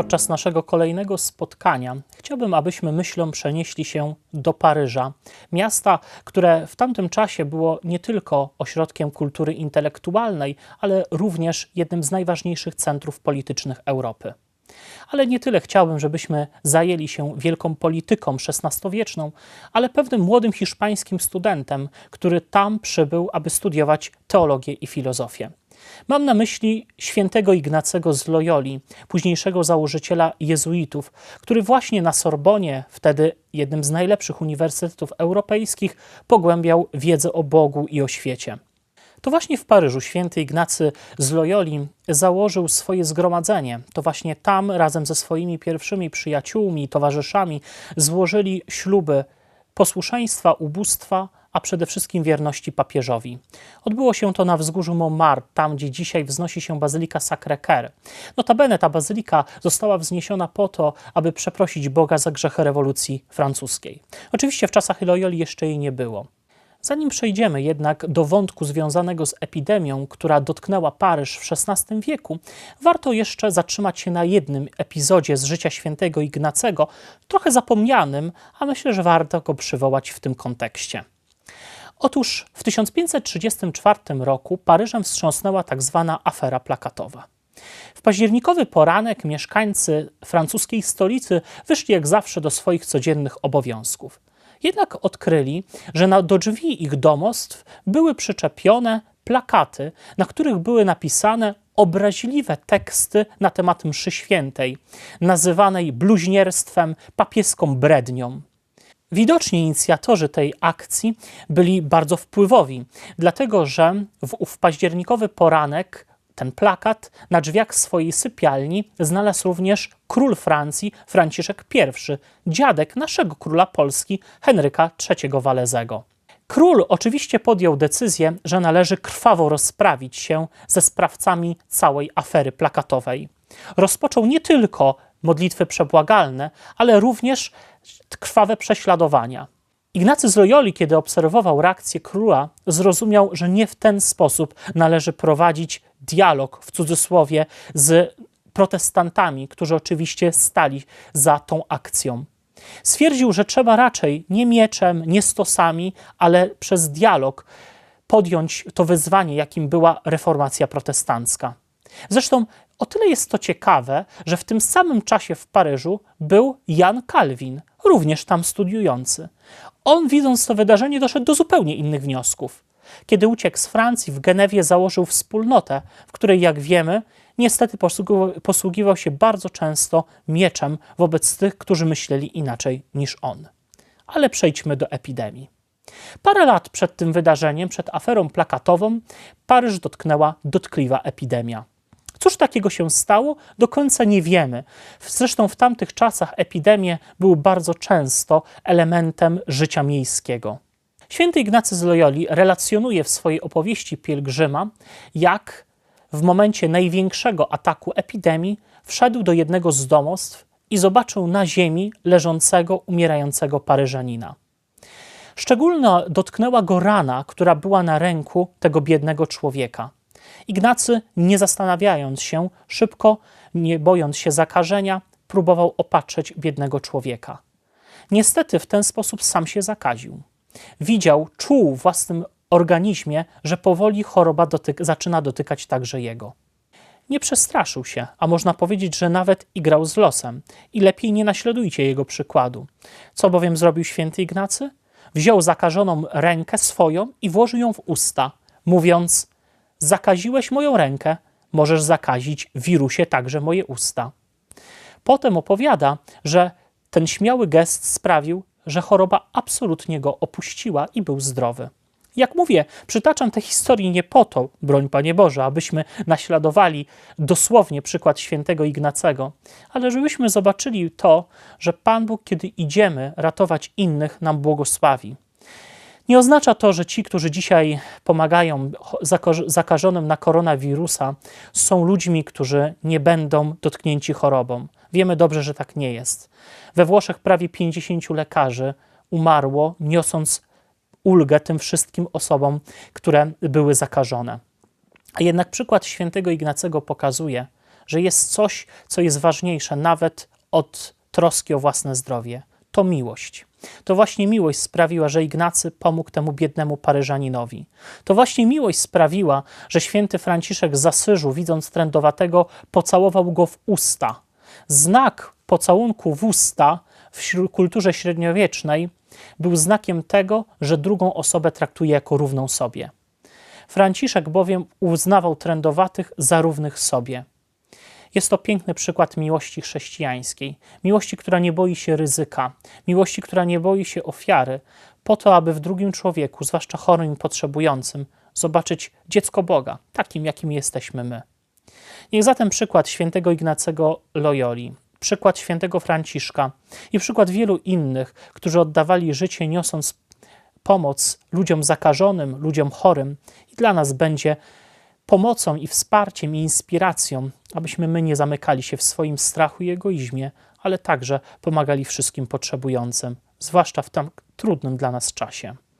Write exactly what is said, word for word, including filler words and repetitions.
Podczas naszego kolejnego spotkania chciałbym, abyśmy myślą przenieśli się do Paryża, miasta, które w tamtym czasie było nie tylko ośrodkiem kultury intelektualnej, ale również jednym z najważniejszych centrów politycznych Europy. Ale nie tyle chciałbym, żebyśmy zajęli się wielką polityką szesnastowieczną, ale pewnym młodym hiszpańskim studentem, który tam przybył, aby studiować teologię i filozofię. Mam na myśli świętego Ignacego z Loyoli, późniejszego założyciela jezuitów, który właśnie na Sorbonie, wtedy jednym z najlepszych uniwersytetów europejskich, pogłębiał wiedzę o Bogu i o świecie. To właśnie w Paryżu święty Ignacy z Loyoli założył swoje zgromadzenie. To właśnie tam razem ze swoimi pierwszymi przyjaciółmi i towarzyszami złożyli śluby posłuszeństwa, ubóstwa, a przede wszystkim wierności papieżowi. Odbyło się to na wzgórzu Montmartre, tam gdzie dzisiaj wznosi się Bazylika Sacré-Cœur. Notabene ta bazylika została wzniesiona po to, aby przeprosić Boga za grzechy rewolucji francuskiej. Oczywiście w czasach Loyoli jeszcze jej nie było. Zanim przejdziemy jednak do wątku związanego z epidemią, która dotknęła Paryż w szesnastym wieku, warto jeszcze zatrzymać się na jednym epizodzie z życia świętego Ignacego, trochę zapomnianym, a myślę, że warto go przywołać w tym kontekście. Otóż w tysiąc pięćset trzydziestym czwartym roku Paryżem wstrząsnęła tak zwana afera plakatowa. W październikowy poranek mieszkańcy francuskiej stolicy wyszli jak zawsze do swoich codziennych obowiązków. Jednak odkryli, że na, do drzwi ich domostw były przyczepione plakaty, na których były napisane obraźliwe teksty na temat mszy świętej, nazywanej bluźnierstwem, papieską brednią. Widocznie inicjatorzy tej akcji byli bardzo wpływowi, dlatego że w ów październikowy poranek ten plakat na drzwiach swojej sypialni znalazł również król Francji Franciszek pierwszy, dziadek naszego króla Polski Henryka trzeciego Walezego. Król oczywiście podjął decyzję, że należy krwawo rozprawić się ze sprawcami całej afery plakatowej. Rozpoczął nie tylko modlitwy przebłagalne, ale również krwawe prześladowania. Ignacy z Loyoli, kiedy obserwował reakcję króla, zrozumiał, że nie w ten sposób należy prowadzić dialog, w cudzysłowie, z protestantami, którzy oczywiście stali za tą akcją. Stwierdził, że trzeba raczej nie mieczem, nie stosami, ale przez dialog podjąć to wyzwanie, jakim była reformacja protestancka. Zresztą o tyle jest to ciekawe, że w tym samym czasie w Paryżu był Jan Kalwin, również tam studiujący. On, widząc to wydarzenie, doszedł do zupełnie innych wniosków. Kiedy uciekł z Francji, w Genewie założył wspólnotę, w której, jak wiemy, niestety posługiwał, posługiwał się bardzo często mieczem wobec tych, którzy myśleli inaczej niż on. Ale przejdźmy do epidemii. Parę lat przed tym wydarzeniem, przed aferą plakatową, Paryż dotknęła dotkliwa epidemia. Cóż takiego się stało? Do końca nie wiemy. Zresztą w tamtych czasach epidemie były bardzo często elementem życia miejskiego. Święty Ignacy z Loyoli relacjonuje w swojej opowieści Pielgrzyma, jak w momencie największego ataku epidemii wszedł do jednego z domostw i zobaczył na ziemi leżącego, umierającego Paryżanina. Szczególnie dotknęła go rana, która była na ręku tego biednego człowieka. Ignacy, nie zastanawiając się, szybko, nie bojąc się zakażenia, próbował opatrzyć biednego człowieka. Niestety w ten sposób sam się zakaził. Widział, czuł w własnym organizmie, że powoli choroba dotyk- zaczyna dotykać także jego. Nie przestraszył się, a można powiedzieć, że nawet igrał z losem i lepiej nie naśladujcie jego przykładu. Co bowiem zrobił święty Ignacy? Wziął zakażoną rękę swoją i włożył ją w usta, mówiąc: zakaziłeś moją rękę, możesz zakazić wirusie także moje usta. Potem opowiada, że ten śmiały gest sprawił, że choroba absolutnie go opuściła i był zdrowy. Jak mówię, przytaczam tę historię nie po to, broń Panie Boże, abyśmy naśladowali dosłownie przykład świętego Ignacego, ale żebyśmy zobaczyli to, że Pan Bóg, kiedy idziemy ratować innych, nam błogosławi. Nie oznacza to, że ci, którzy dzisiaj pomagają zakażonym na koronawirusa, są ludźmi, którzy nie będą dotknięci chorobą. Wiemy dobrze, że tak nie jest. We Włoszech prawie pięćdziesięciu lekarzy umarło, niosąc ulgę tym wszystkim osobom, które były zakażone. A jednak przykład świętego Ignacego pokazuje, że jest coś, co jest ważniejsze nawet od troski o własne zdrowie. To miłość. To właśnie miłość sprawiła, że Ignacy pomógł temu biednemu Paryżaninowi. To właśnie miłość sprawiła, że święty Franciszek z Asyżu, widząc trędowatego, pocałował go w usta. Znak pocałunku w usta w kulturze średniowiecznej był znakiem tego, że drugą osobę traktuje jako równą sobie. Franciszek bowiem uznawał trędowatych za równych sobie. Jest to piękny przykład miłości chrześcijańskiej. Miłości, która nie boi się ryzyka. Miłości, która nie boi się ofiary, po to, aby w drugim człowieku, zwłaszcza chorym i potrzebującym, zobaczyć dziecko Boga, takim, jakim jesteśmy my. Niech zatem przykład świętego Ignacego Loyoli, przykład świętego Franciszka i przykład wielu innych, którzy oddawali życie, niosąc pomoc ludziom zakażonym, ludziom chorym, i dla nas będzie pomocą i wsparciem i inspiracją, abyśmy my nie zamykali się w swoim strachu i egoizmie, ale także pomagali wszystkim potrzebującym, zwłaszcza w tak trudnym dla nas czasie.